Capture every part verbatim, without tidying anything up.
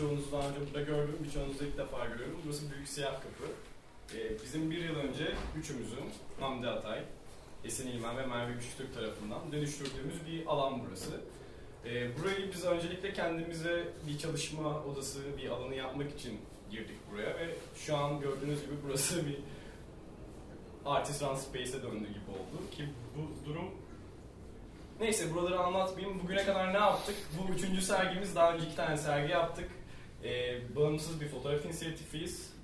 birçoğunuzu daha önce burada gördüm, birçoğunuzu ilk defa görüyorum. Burası Büyük Siyah Kapı. Ee, bizim bir yıl önce üçümüzün, Hamdi Atay, Esin İlmen ve Merve Güçtürk tarafından dönüştürdüğümüz bir alan burası. Ee, burayı biz öncelikle kendimize bir çalışma odası, bir alanı yapmak için girdik buraya ve şu an gördüğünüz gibi burası bir artist run space'e döndü gibi oldu ki bu durum... Neyse buraları anlatmayayım. Bugüne kadar ne yaptık? Bu üçüncü sergimiz. Daha önce iki tane sergi yaptık. Ee, bağımsız bir fotoğraf inisiyatifiyiz.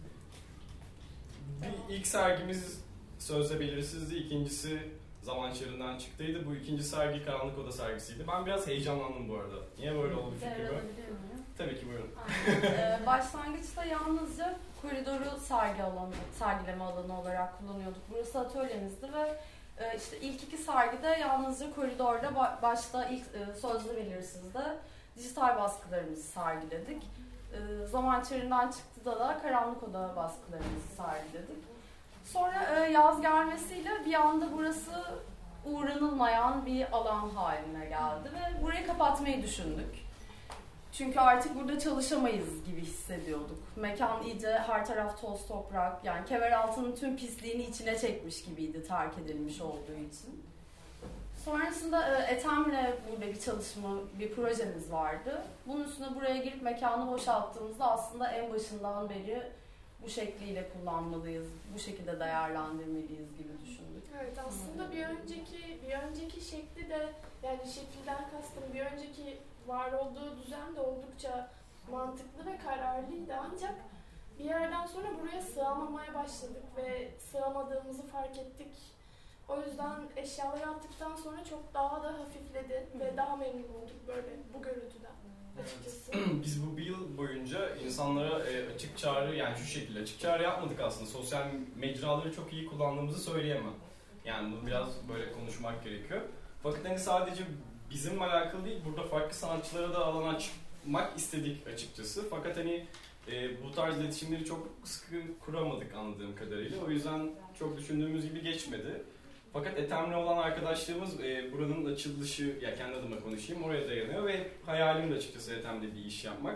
Bir ilk sergimiz Sözde Belirsizdi. İkincisi Zaman Çığırından çıktıydı. Bu ikinci sergi Karanlık Oda sergisiydi. Ben biraz heyecanlandım bu arada. Niye böyle oldu fikrimi? Tabii ki buyurun. ee, başlangıçta yalnızca koridoru sergi alanı, sergileme alanı olarak kullanıyorduk. Burası atölyemizdi ve e, işte ilk iki sergide yalnızca koridorda, başta ilk e, Sözde Belirsiz'de dijital baskılarımızı sergiledik. E, Zaman Çığırından çıktıda da Karanlık Oda baskılarımızı sergiledik. Sonra e, yaz gelmesiyle bir anda burası uğranılmayan bir alan haline geldi ve burayı kapatmayı düşündük. Çünkü artık burada çalışamayız gibi hissediyorduk. Mekan iyice her taraf toz toprak, yani Kemeraltı'nın tüm pisliğini içine çekmiş gibiydi terk edilmiş olduğu için. Sonrasında e, Ethem'le burada bir çalışma, bir projemiz vardı. Bunun üstüne buraya girip mekanı boşalttığımızda aslında en başından beri bu şekliyle kullanmalıyız, bu şekilde değerlendirmeliyiz gibi düşündük. Evet, aslında bir önceki bir önceki şekli de, yani şekilden kastım bir önceki var olduğu düzen de oldukça mantıklı ve kararlıydı, ancak bir yerden sonra buraya sığamamaya başladık ve sığamadığımızı fark ettik. O yüzden eşyaları attıktan sonra çok daha da hafifledi ve daha memnun olduk böyle bu görüntüden. Açıkçası. Biz bu bir yıl boyunca insanlara e, açık çağrı, yani şu şekilde açık çağrı yapmadık aslında. Sosyal mecraları çok iyi kullandığımızı söyleyemem. Yani bunu biraz böyle konuşmak gerekiyor. Fakat hani sadece bizimle alakalı değil, burada farklı sanatçılara da alan açmak istedik açıkçası. Fakat hani e, bu tarz iletişimleri çok sıkı kuramadık anladığım kadarıyla. O yüzden çok düşündüğümüz gibi geçmedi. Fakat Ethem'le olan arkadaşlığımız e, buranın açılışı, ya kendi adıma konuşayım, oraya dayanıyor ve hayalim de açıkçası Ethem'le bir iş yapmak.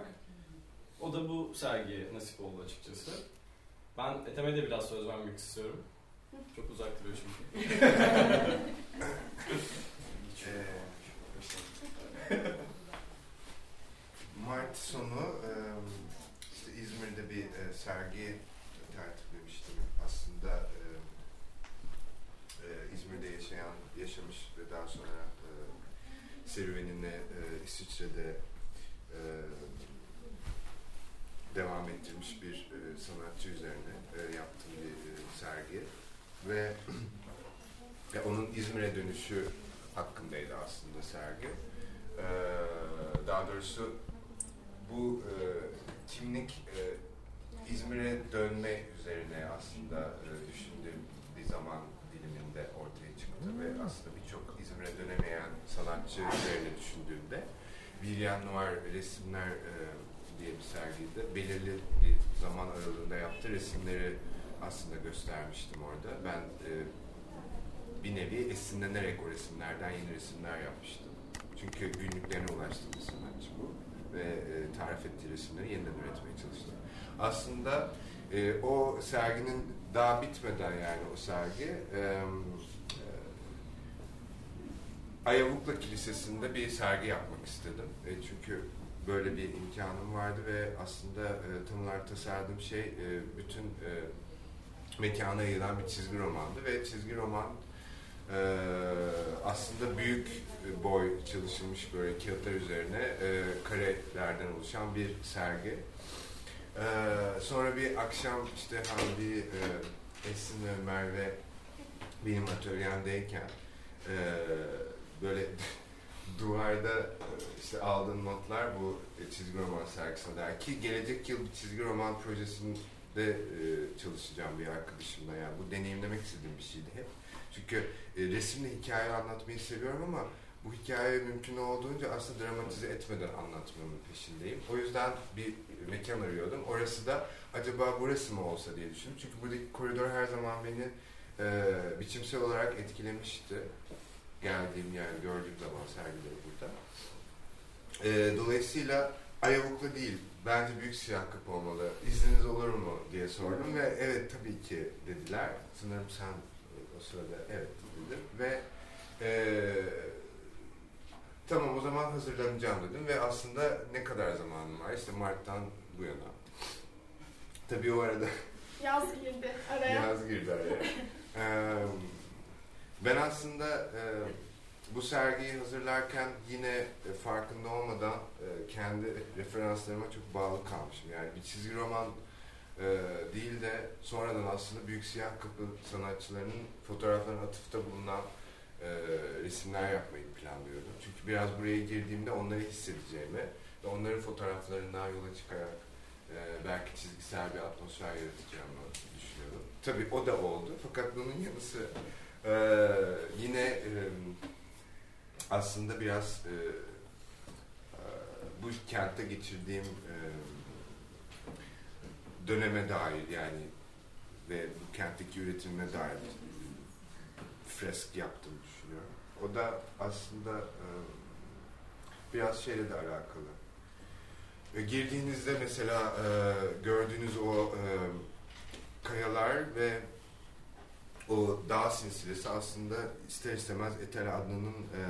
O da bu sergiye nasip oldu açıkçası. Ben Ethem'e de biraz söz vermek istiyorum. Çok uzak duruyor çünkü. Mart sonu işte İzmir'de bir sergi tertiplemiştim. Aslında İzmir'de yaşayan, yaşamış ve daha sonra serüvenine İsviçre'de devam ettirmiş bir sanatçı üzerine yaptığım bir sergi ve onun İzmir'e dönüşü hakkındaydı aslında sergi. Daha doğrusu bu kimlik İzmir'e dönme üzerine aslında düşündüğüm bir zaman diliminde ortaya çıktı ve aslında birçok İzmir'e dönemeyen sanatçı üzerine düşündüğümde Villian Noir resimler diye bir sergide belirli bir zaman aralığında yaptığı resimleri aslında göstermiştim orada. Ben e, bir nevi esinlenerek o resimlerden yeni resimler yapmıştım. Çünkü günlüklerine ulaştığım bir sanatçı bu. Ve e, tarif ettiği resimleri yeniden üretmeye çalıştım. Aslında e, o serginin daha bitmeden, yani o sergi e, e, Ayavukla Kilisesi'nde bir sergi yapmak istedim. E, çünkü böyle bir imkanım vardı ve aslında e, tam olarak tasarladığım şey e, bütün e, mekana yayılan bir çizgi romandı ve çizgi roman e, aslında büyük boy çalışılmış böyle kağıtlar üzerine e, karelerden oluşan bir sergi. E, sonra bir akşam işte Hamdi, e, Esin ve Merve benim atölyemdeyken e, böyle duvarda işte aldığım notlar bu çizgi roman sergisine dair ki gelecek yıl bir çizgi roman projesinde e, çalışacağım bir arkadaşımla. Yani bu deneyimlemek istediğim bir şeydi hep. Çünkü e, resimle hikaye anlatmayı seviyorum ama bu hikayeyi mümkün olduğunca aslında dramatize etmeden anlatmamın peşindeyim. O yüzden bir mekan arıyordum. Orası da acaba burası mı olsa diye düşündüm. Çünkü buradaki koridor her zaman beni e, biçimsel olarak etkilemişti. Geldiğim, yani gördüğüm zaman sergileri burada. E, dolayısıyla Ayavuk'la değil, bence büyük siyah kapı olmalı. İzniniz olur mu diye sordum ve evet tabii ki dediler. Sanırım sen o sırada evet dedim ve e, tamam o zaman hazırlanacağım dedim ve aslında ne kadar zamanım var? İşte Mart'tan bu yana. Tabii o arada Yaz girdi araya. Yaz girdi araya. ee, ben aslında e, bu sergiyi hazırlarken yine e, farkında olmadan e, kendi referanslarıma çok bağlı kalmışım. Yani bir çizgi roman e, değil de sonradan aslında Büyük Siyah Kapı sanatçılarının fotoğraflarına atıfta bulunan e, resimler yapmayı planlıyordum. Çünkü biraz buraya girdiğimde onları hissedeceğimi ve onların fotoğraflarından yola çıkarak e, belki çizgisel bir atmosfer yaratacağımı düşünüyordum. Tabii o da oldu. Fakat bunun yanı sıra e, yine e, aslında biraz e, e, bu kentte geçirdiğim e, döneme dair yani ve bu kentteki üretimine dair fresk yaptığımı düşünüyorum. O da aslında e, biraz şeyle de alakalı. E, girdiğinizde mesela e, gördüğünüz o e, kayalar ve o dağ silsilesi aslında ister istemez Etel Adnan'ın e,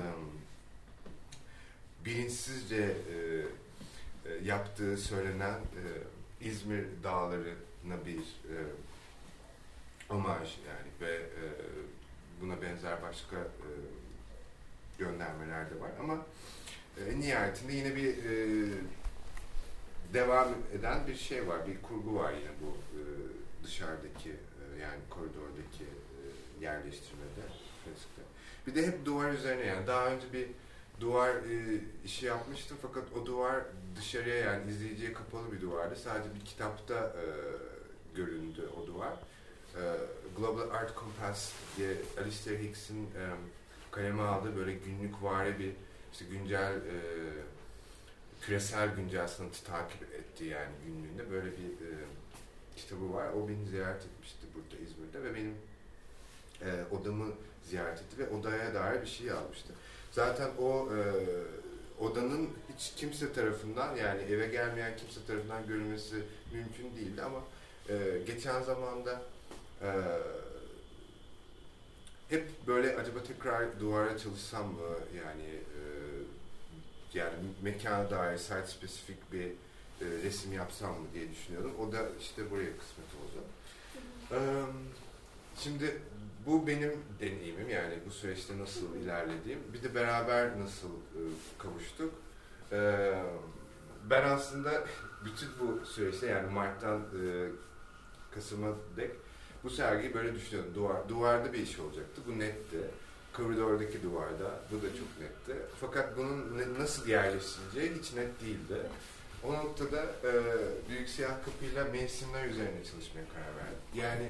bilinçsizce e, e, yaptığı söylenen e, İzmir dağlarına bir e, omaj yani ve e, buna benzer başka e, göndermeler de var ama e, nihayetinde yine bir e, devam eden bir şey var, bir kurgu var yine bu e, dışarıdaki e, yani koridordaki e, yerleştirmede, freskte. Bir de hep duvar üzerine yani daha önce bir duvar e, işi yapmıştım fakat o duvar dışarıya yani izleyiciye kapalı bir duvardı. Sadece bir kitapta e, göründü o duvar. E, Global Art Compass diye Alistair Hicks'in e, kaleme aldığı böyle günlük vari bir işte güncel e, küresel güncel sanatı takip etti yani günlüğünde böyle bir e, kitabı var. O beni ziyaret etmişti burada İzmir'de ve benim e, odamı ziyaret etti ve odaya dair bir şey almıştı. Zaten o e, odanın hiç kimse tarafından yani eve gelmeyen kimse tarafından görülmesi mümkün değildi ama e, geçen zamanda e, hep böyle acaba tekrar duvara çalışsam mı yani e, yani mekana dair site spesifik bir e, resim yapsam mı diye düşünüyordum. O da işte buraya kısmet oldu. E, şimdi bu benim deneyimim yani bu süreçte nasıl ilerlediğim. Bir de beraber nasıl e, kavuştuk. E, ben aslında bütün bu süreçte yani Mart'tan e, Kasım'a dek bu sergiyi böyle düşünüyordum. Duvar, duvarda bir iş olacaktı. Bu netti. Koridordaki duvarda. Bu da çok netti. Fakat bunun ne, nasıl yerleştirileceği hiç net değildi. O noktada e, Büyük Siyah Kapı'yla mevsimler üzerine çalışmaya karar verdim. Yani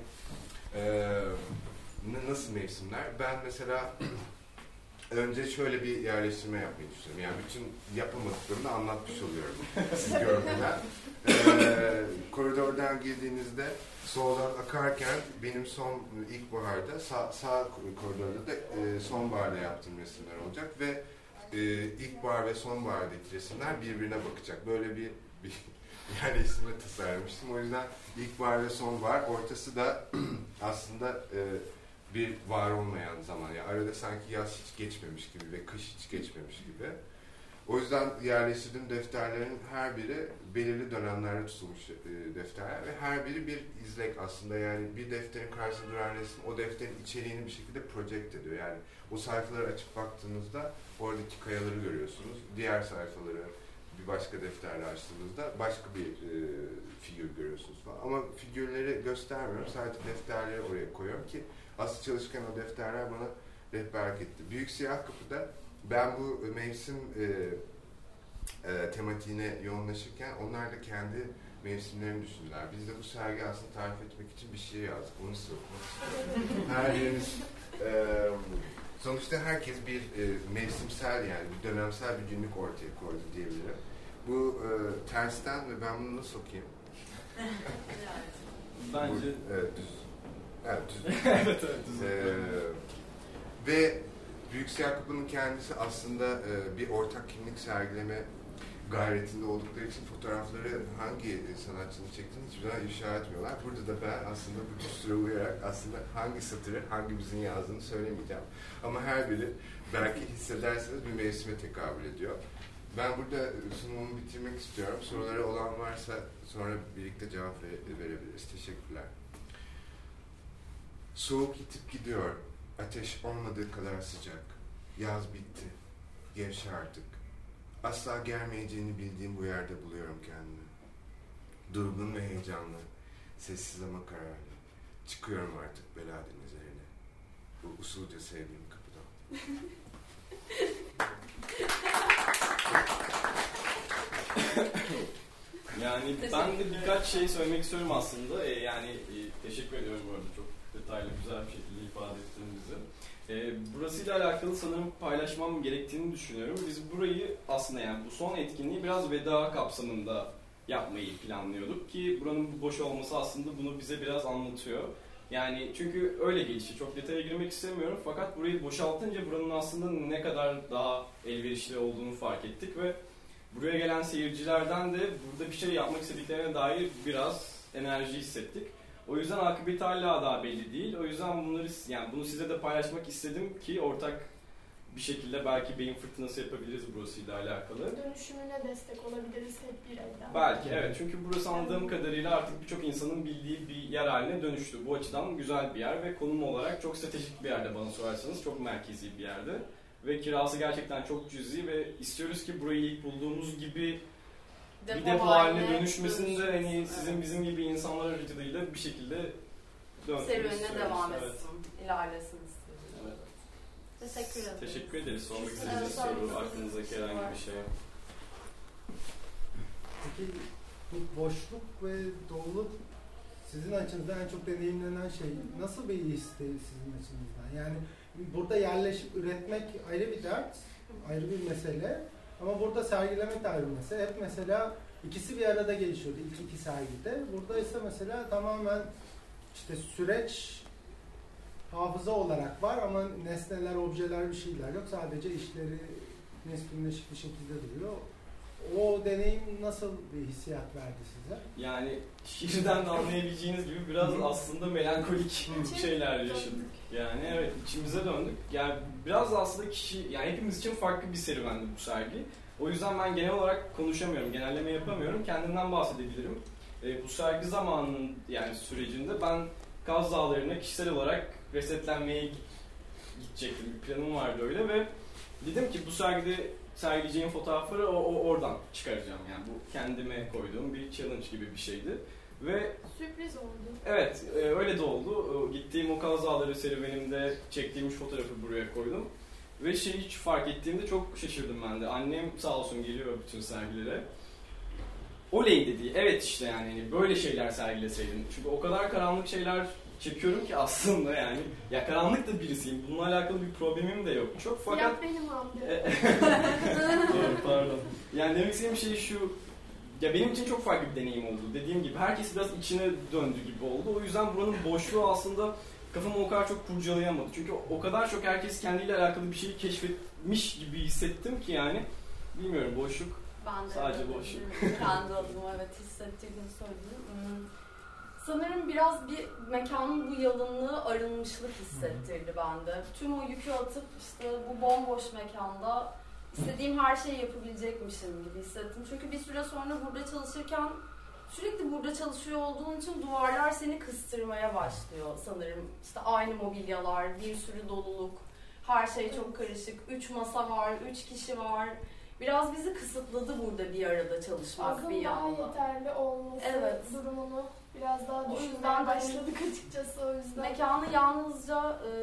e, nasıl mevsimler? Ben mesela önce şöyle bir yerleştirme yapmayı düşünüyorum. Yani bütün yapamadıklarımı anlatmış oluyorum siz görmeden. E, koridordan girdiğinizde soldan akarken benim son ilkbaharda sağ, sağ koridorda da e, sonbaharda yaptığım resimler olacak ve e, ilkbahar ve sonbahardaki resimler birbirine bakacak. Böyle bir, bir yerleştirme tasarlamıştım. O yüzden ilkbahar ve sonbahar ortası da aslında e, bir var olmayan zaman. Yani arada sanki yaz hiç geçmemiş gibi ve kış hiç geçmemiş gibi. O yüzden yerleştirdiğim defterlerin her biri belirli dönemlerde tutulmuş e, defterler ve her biri bir izlek aslında yani bir defterin karşısında duran resim o defterin içeriğini bir şekilde project ediyor. Yani o sayfaları açıp baktığınızda oradaki kayaları görüyorsunuz. Diğer sayfaları bir başka defterle açtığınızda başka bir e, figür görüyorsunuz falan. Ama figürleri göstermiyorum. Sadece defterleri oraya koyuyorum ki asıl çalışırken o defterler bana rehberlik etti. Büyük Siyah Kapı'da ben bu mevsim e, e, tematiğine yoğunlaşırken onlar da kendi mevsimlerini düşündüler. Biz de bu sergi aslında tarif etmek için bir şey yazdık. Onu size okumak istiyorum. Her birimiz e, sonuçta herkes bir e, mevsimsel yani bir dönemsel bir günlük ortaya koydu diyebilirim. Bu e, tersten ve ben bunu nasıl okuyayım? Bence bu, evet, düz. Evet, düz. evet, evet, düz. E, ve Büyük Siyah Kapı'nın kendisi aslında e, bir ortak kimlik sergileme gayretinde oldukları için fotoğrafları hangi sanatçının çektiğini hiçbir zaman ifşa etmiyorlar. Burada da ben aslında bu düsture uyarak aslında hangi satırı hangimizin yazdığını söylemeyeceğim. Ama her biri belki hissederseniz bir mevsime tekabül ediyor. Ben burada sunumumu bitirmek istiyorum. Soruları olan varsa sonra birlikte cevap verebiliriz. Teşekkürler. Soğuk yitip gidiyor. Ateş olmadığı kadar sıcak. Yaz bitti. Gevşe artık. Asla gelmeyeceğini bildiğim bu yerde buluyorum kendimi. Durgun ve heyecanlı. Sessiz ama kararlı. Çıkıyorum artık beladen üzerine. Bu usulca sevdiğim kapıdan. Yani ben de birkaç şey söylemek istiyorum aslında. Ee, yani e, teşekkür ediyorum bu arada, çok detaylı, güzel bir şekilde ifade ettiğinizi. Ee, burasıyla alakalı sanırım paylaşmam gerektiğini düşünüyorum. Biz burayı aslında, yani bu son etkinliği biraz veda kapsamında yapmayı planlıyorduk ki buranın boş olması aslında bunu bize biraz anlatıyor. Yani çünkü öyle gelişti. Çok detaya girmek istemiyorum fakat burayı boşaltınca buranın aslında ne kadar daha elverişli olduğunu fark ettik ve buraya gelen seyircilerden de burada bir şey yapmak istediklerine dair biraz enerji hissettik. O yüzden akıbeti hala daha belli değil. O yüzden bunları, yani bunu size de paylaşmak istedim ki ortak bir şekilde belki beyin fırtınası yapabiliriz burasıyla alakalı. Dönüşümüne destek olabiliriz hep bir elden. Belki evet, çünkü burası anladığım kadarıyla artık birçok insanın bildiği bir yer haline dönüştü. Bu açıdan güzel bir yer ve konum olarak çok stratejik bir yerde bana sorarsanız, çok merkezi bir yerde. Ve kirası gerçekten çok cüzi ve istiyoruz ki burayı ilk bulduğumuz gibi depo bir depo haline dönüşmesin de hani evet. Sizin bizim gibi insanlar aracılığıyla bir şekilde dönmek serüvenine devam etsin, evet. İlerlesin istiyoruz. Evet. Teşekkür ederiz. Teşekkür ederiz. Sormak istediğiniz soru, aklınızdaki herhangi bir şey. Peki bu boşluk ve doluluk sizin açınızdan en çok deneyimlenen şey nasıl bir his sizin açınızdan? Yani burada yerleşip üretmek ayrı bir dert, ayrı bir mesele. Ama burada sergilemek de ayrı bir mesele. Hep mesela ikisi bir arada gelişiyordu ilk iki sergide. Burada ise mesela tamamen işte süreç hafıza olarak var ama nesneler, objeler, bir şeyler yok. Sadece işleri nesneleşik bir şekilde duruyor. O deneyim nasıl bir hissiyat verdi size? Yani şiirden de anlayabileceğiniz gibi biraz aslında melankolik şeyler yaşadık. Yani evet, içimize döndük. Yani biraz aslında kişi, yani hepimiz için farklı bir serüvendi bu sergi. O yüzden ben genel olarak konuşamıyorum, genelleme yapamıyorum. Kendimden bahsedebilirim. E, bu sergi zamanının, yani sürecinde ben Kaz Dağları'na kişisel olarak resetlenmeye gidecektim. Bir planım vardı öyle ve dedim ki bu sergide sergileyeceğim fotoğrafları o, o oradan çıkaracağım. Yani bu kendime koyduğum bir challenge gibi bir şeydi. Ve sürpriz oldu. Evet, e, öyle de oldu. Gittiğim o Kaz Dağları serüvenimde çektiğim fotoğrafı buraya koydum. Ve şeyi hiç fark ettiğimde çok şaşırdım ben de. Annem sağ olsun geliyor bütün sergilere. Oley dedi. Evet işte yani hani böyle şeyler sergileseydin. Çünkü o kadar karanlık şeyler çekiyorum ki aslında yani. Ya karanlık da birisiyim. Bununla alakalı bir problemim de yok. Çok fakat... Yap benim amca. Doğru, pardon. Yani demek istediğim şey şu... Ya benim için çok farklı bir deneyim oldu. Dediğim gibi herkes biraz içine döndü gibi oldu. O yüzden buranın boşluğu aslında kafamı o kadar çok kurcalayamadı. Çünkü o kadar çok herkes kendiyle alakalı bir şeyi keşfetmiş gibi hissettim ki yani. Bilmiyorum, boşluk. Ben de sadece boşluk. Kendi adıma evet hissettiğimi söyleyeyim. Hmm. Sanırım biraz bir mekanın bu yalınlığı, arınmışlık hissettirdi bende. Tüm o yükü atıp işte bu bomboş mekanda istediğim her şeyi yapabilecekmişim gibi hissettim. Çünkü bir süre sonra burada çalışırken sürekli burada çalışıyor olduğun için duvarlar seni kıstırmaya başlıyor sanırım. İşte aynı mobilyalar, bir sürü doluluk, her şey çok karışık. Üç masa var, üç kişi var. Biraz bizi kısıtladı burada bir arada çalışmak Azın bir yanda. daha yeterli olması evet. durumunu biraz daha o düşünmeye başladık açıkçası o yüzden. Mekanı yalnızca e,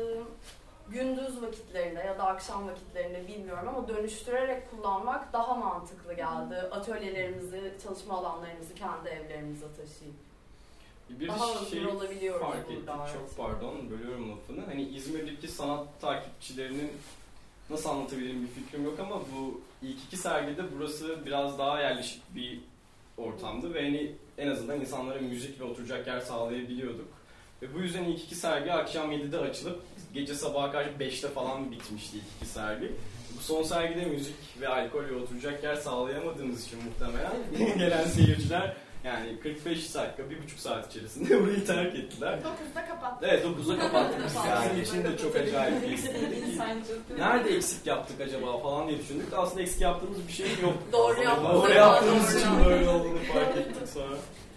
gündüz vakitlerinde ya da akşam vakitlerinde bilmiyorum ama dönüştürerek kullanmak daha mantıklı geldi. Atölyelerimizi, çalışma alanlarımızı kendi evlerimize taşıyıp. Bir daha şey olabiliyoruz fark ettik, burada. çok pardon bölüyorum lafını. Hani İzmir'deki sanat takipçilerinin nasıl anlatabilirim bir fikrim yok ama bu ilk iki sergide burası biraz daha yerleşik bir ortamdı ve hani en azından insanlara müzik ve oturacak yer sağlayabiliyorduk. Ve bu yüzden ilk iki sergi akşam yedide açılıp gece sabaha karşı beşte falan bitmişti ilk iki sergi. bu son sergide müzik ve alkol ve oturacak yer sağlayamadığımız için muhtemelen gelen seyirciler yani kırk beş dakika, bir buçuk saat içerisinde burayı terk ettiler. dokuzda kapattık. Evet, dokuzda kapattık. Bizim için de çok acayip bir hissiydi. Nerede eksik yaptık acaba falan diye düşündük de aslında eksik yaptığımız bir şey yok. Doğru yaptığımız, Doğru yaptığımız için böyle olduğunu fark ettik sonra.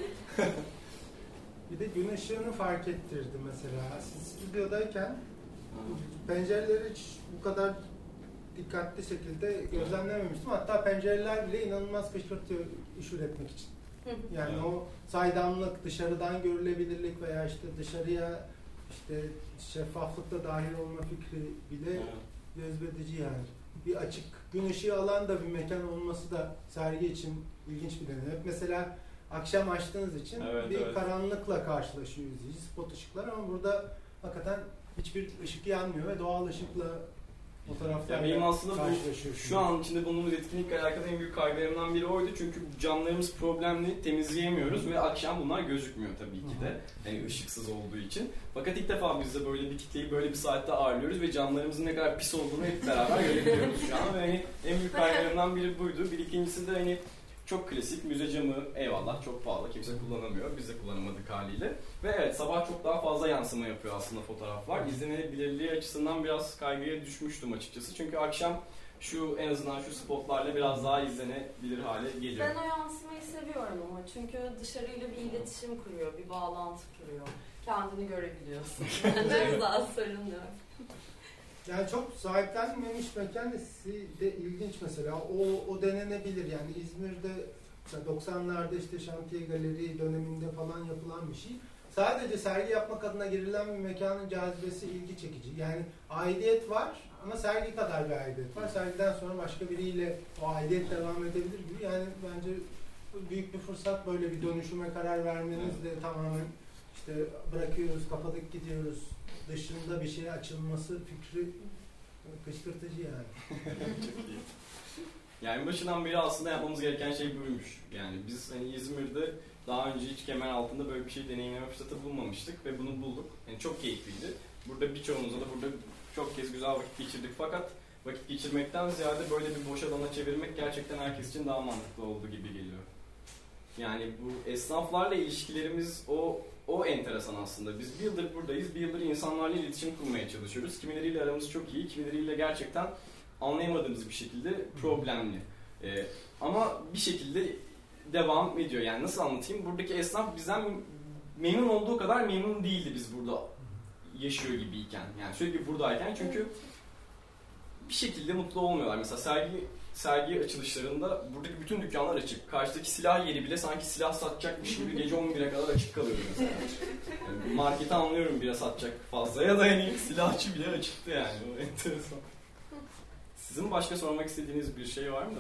Bir de gün ışığını fark ettirdi mesela. Siz stüdyodayken pencereleri hiç bu kadar dikkatli şekilde gözlemlememiştim. Hatta pencereler bile inanılmaz kışkırtıyor iş üretmek için. Yani evet. O saydamlık, dışarıdan görülebilirlik veya işte dışarıya işte şeffaflıkta dahil olma fikri bile evet. Cezbedici yani. Bir açık gün ışığı alan da bir mekan olması da sergi için ilginç bir deneyim. Hep mesela akşam açtığınız için evet, bir evet. karanlıkla karşılaşıyor izleyici, spot ışıklar ama burada hakikaten hiçbir ışık yanmıyor ve doğal ışıkla fotoğraflarla yani aslında bu, şu an içinde bulunduğumuz etkinlikle alakalı en büyük kaygılarımdan biri oydu çünkü camlarımız problemli, temizleyemiyoruz ve akşam bunlar gözükmüyor tabii ki de yani ışıksız olduğu için. Fakat ilk defa biz de böyle bir kitleyi böyle bir saatte ağırlıyoruz ve camlarımızın ne kadar pis olduğunu hep beraber görebiliyoruz şu an ve hani en büyük kaygılarımdan biri buydu. Bir ikincisi de hani çok klasik müze camı, eyvallah çok pahalı, kimse kullanamıyor, biz de kullanamadık haliyle. Ve evet, sabah çok daha fazla yansıma yapıyor aslında fotoğraflar. İzlenebilirliği açısından biraz kaygıya düşmüştüm açıkçası. Çünkü akşam şu en azından şu spotlarla biraz daha izlenebilir hale geliyor. Ben o yansımayı seviyorum ama çünkü dışarıyla bir iletişim kuruyor, bir bağlantı kuruyor. Kendini görebiliyorsun. Biraz daha sarılıyor. Yani çok sahiplenmemiş mekan hissi de ilginç mesela. O, o denenebilir. Yani İzmir'de doksanlarda işte Şantiye Galeri döneminde falan yapılan bir şey. Sadece sergi yapmak adına girilen bir mekanın cazibesi ilgi çekici. Yani aidiyet var ama sergi kadar bir aidiyet var. Sergiden sonra başka biriyle o aidiyet devam edebilir gibi. Yani bence büyük bir fırsat, böyle bir dönüşüme karar vermeniz de tamamen işte bırakıyoruz, kapadık gidiyoruz. Dışında bir şey açılması fikri kışkırtıcı yani. Çok iyi. Yani başından beri aslında yapmamız gereken şey buymuş. Yani biz hani İzmir'de daha önce hiç kemer altında böyle bir şey deneyimleme fırsatı bulmamıştık ve bunu bulduk. Yani çok keyifliydi. Burada birçoğunuzla da burada çok kez güzel vakit geçirdik fakat vakit geçirmekten ziyade böyle bir boş alana çevirmek gerçekten herkes için daha mantıklı olduğu gibi geliyor. Yani bu esnaflarla ilişkilerimiz o o enteresan aslında. Biz bir yıldır buradayız, bir yıldır insanlarla iletişim kurmaya çalışıyoruz. Kimileriyle aramız çok iyi, kimileriyle gerçekten anlayamadığımız bir şekilde problemli. Ee, ama bir şekilde devam ediyor. Yani nasıl anlatayım? Buradaki esnaf bizden memnun olduğu kadar memnun değildi biz burada yaşıyor gibiyken. Yani sürekli buradayken çünkü bir şekilde mutlu olmuyorlar. Mesela sergi sergi açılışlarında buradaki bütün dükkanlar açık. Karşıdaki silah yeri bile sanki silah satacakmış gibi gece on bire kadar açık kalıyor mesela. Yani marketi anlıyorum biraz satacak fazla ya da yani silahçı bile açıktı yani. O enteresan. Sizin başka sormak istediğiniz bir şey var mı da?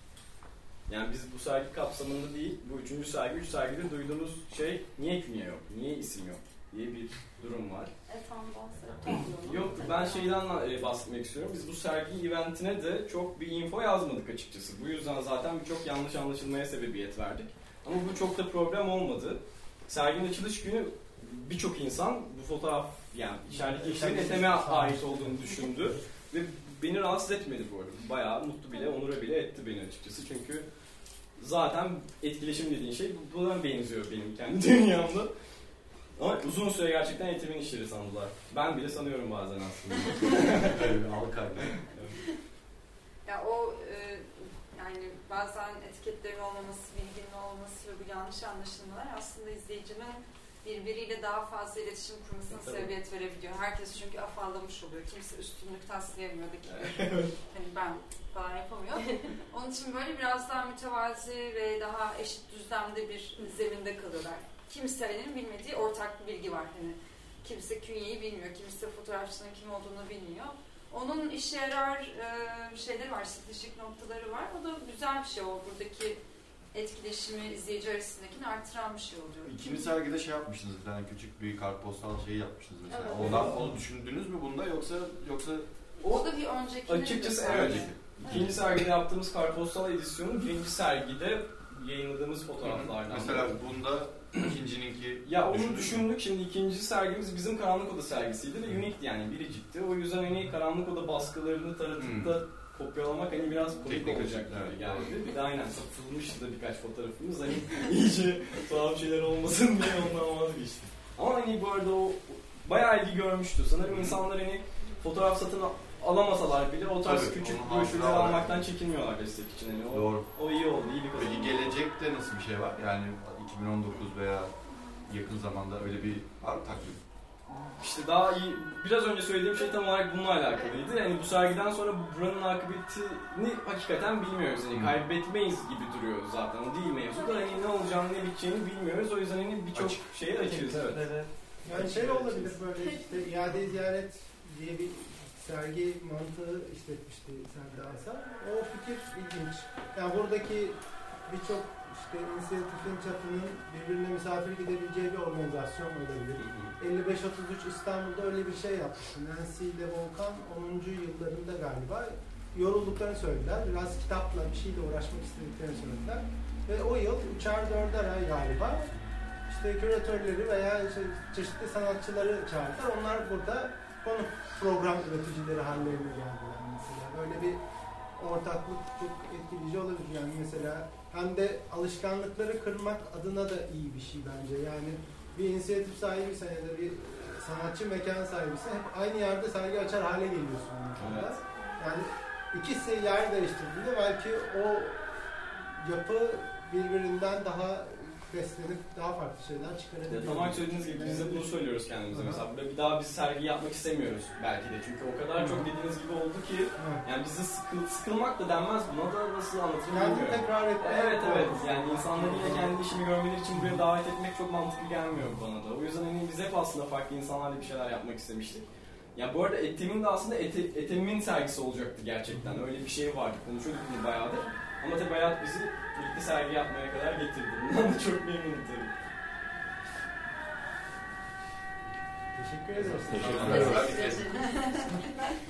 Yani biz bu sergi kapsamında değil, bu üçüncü sergi, üç sergide duyduğumuz şey niye künye yok, niye isim yok diye bir durum var. E tam bahsettim. Yok, ben şeyden bahsetmek istiyorum. Biz bu sergi eventine de çok bir info yazmadık açıkçası. Bu yüzden zaten birçok yanlış anlaşılmaya sebebiyet verdik. Ama bu çok da problem olmadı. Serginin açılış günü birçok insan bu fotoğraf, yani içerideki işlerin Ethem'e ait olduğunu düşündü. Ve beni rahatsız etmedi bu arada. Bayağı mutlu bile, onura bile etti beni açıkçası. Çünkü zaten etkileşim dediğin şey buna benziyor benim kendi dünyamda. Ama uzun süre gerçekten Ethem'in işleri sandılar. Ben bile sanıyorum bazen aslında. Öyle al kaybı. Ya o e, yani bazen etiketlerin olmaması, bilginin olmaması ve bu yanlış anlaşılmalar aslında izleyicinin birbiriyle daha fazla iletişim kurmasına Tabii. sebebiyet verebiliyor. Herkes çünkü afallamış oluyor. Kimse üstünlük taslayamıyor da ki. Hani ben falan yapamıyor. Onun için böyle biraz daha mütevazi ve daha eşit düzlemde bir zeminde kalıyorlar. Kimsenin bilmediği ortak bir bilgi var. Hani kimse künyeyi bilmiyor, kimse fotoğrafçının kim olduğunu bilmiyor. Onun işe yarar e, şeyleri var, stratejik noktaları var. O da güzel bir şey, o buradaki etkileşimi izleyici arasındakini artıran bir şey oluyor. İkinci sergide şey yapmıştınız, bir tane küçük bir kartpostal şeyi yapmıştınız mesela. Evet. Ondan onu düşündünüz mü bunda yoksa yoksa o da bir önceki. Açıkçası evet. İkinci sergide yaptığımız kartpostal edisyonu birinci sergide yayınladığımız fotoğraflardan. Mesela bunda ikincininki ya onu düşündük. Şimdi ikinci sergimiz bizim Karanlık Oda sergisiydi ve unique yani biricikti. O yüzden hani Karanlık Oda baskılarını taratıp da kopyalamak hani biraz komik Teknik olacak açıdan, gibi evet. geldi. Bir de aynen satılmıştı da birkaç fotoğrafımız. Hani iyice tuhaf şeyler olmasın diye ondan vazgeçtim. Ama hani bu arada o bayağı ilgi görmüştü. Sanırım insanlar hani fotoğraf satın alamasalar bile o tarz Tabii, küçük onu broşürleri hatıra olarak. almaktan çekinmiyorlar destek için. Yani o, Doğru. o iyi oldu, iyi bir kazanım. Peki gelecekte nasıl bir şey var? Yani iki bin on dokuz veya yakın zamanda öyle bir var mı takvim? İşte daha iyi, biraz önce söylediğim şey tam olarak bununla alakalıydı. Yani bu sergiden sonra buranın akıbetini hakikaten bilmiyoruz. Yani Hmm. kaybetmeyiz gibi duruyor zaten. O değil mevzu da hani ne olacağını ne biteceğini bilmiyoruz. O yüzden hani birçok Açık. şeye açığız. Evet. Yani şey olabilir böyle işte iade ziyaret diye bir sergi mantığı işletmişti Serdar Hasan. O fikir ilginç. Yani buradaki birçok işte inisiyatifin çatının birbirine misafir gidebileceği bir organizasyon olabilir. elli beş otuz üç İstanbul'da öyle bir şey yapmıştı. Nancy ile Volkan onuncu yıllarında galiba yorulduklarını söylediler. Biraz kitapla bir şeyle uğraşmak istediklerini söylediler. Ve o yıl üçer dörder ay galiba işte küratörleri veya işte çeşitli sanatçıları çağırdılar. Onlar burada konu program üreticileri hallerine geldiler mesela. Böyle bir ortaklık çok etkileyici olabilir. Yani mesela hem de alışkanlıkları kırmak adına da iyi bir şey bence. Yani bir inisiyatif sahibiysen ya da bir sanatçı mekan sahibiysen hep aynı yerde sergi açar hale geliyorsun. Evet. Yani ikisi yer değiştirdiğinde belki o yapı birbirinden daha beslenip daha farklı şeyler çıkarabilir. Ya, tam olarak söylediğiniz gibi biz de bunu söylüyoruz kendimize. Mesela burada bir daha biz sergi yapmak istemiyoruz belki de. Çünkü o kadar çok dediğiniz gibi oldu ki yani bizi sıkıl, sıkılmak da denmez. Buna da nasıl anlatırım Yani bilmiyorum. tekrar etmek. Evet evet. Yani insanları yine kendi işini görmeleri için buraya davet etmek çok mantıklı gelmiyor bana da. O yüzden hani biz hep aslında farklı insanlarla bir şeyler yapmak istemiştik. Yani bu arada Ethem'in de aslında Ete, Ethem'in sergisi olacaktı gerçekten. Öyle bir şey vardı. Konuşuyorduk bunu bayağıdır. Ama tabii hayat bizi birlikte sergi yapmaya kadar getirdi. Bundan da çok memnunum tabii. Teşekkür ederiz. Teşekkür ederim.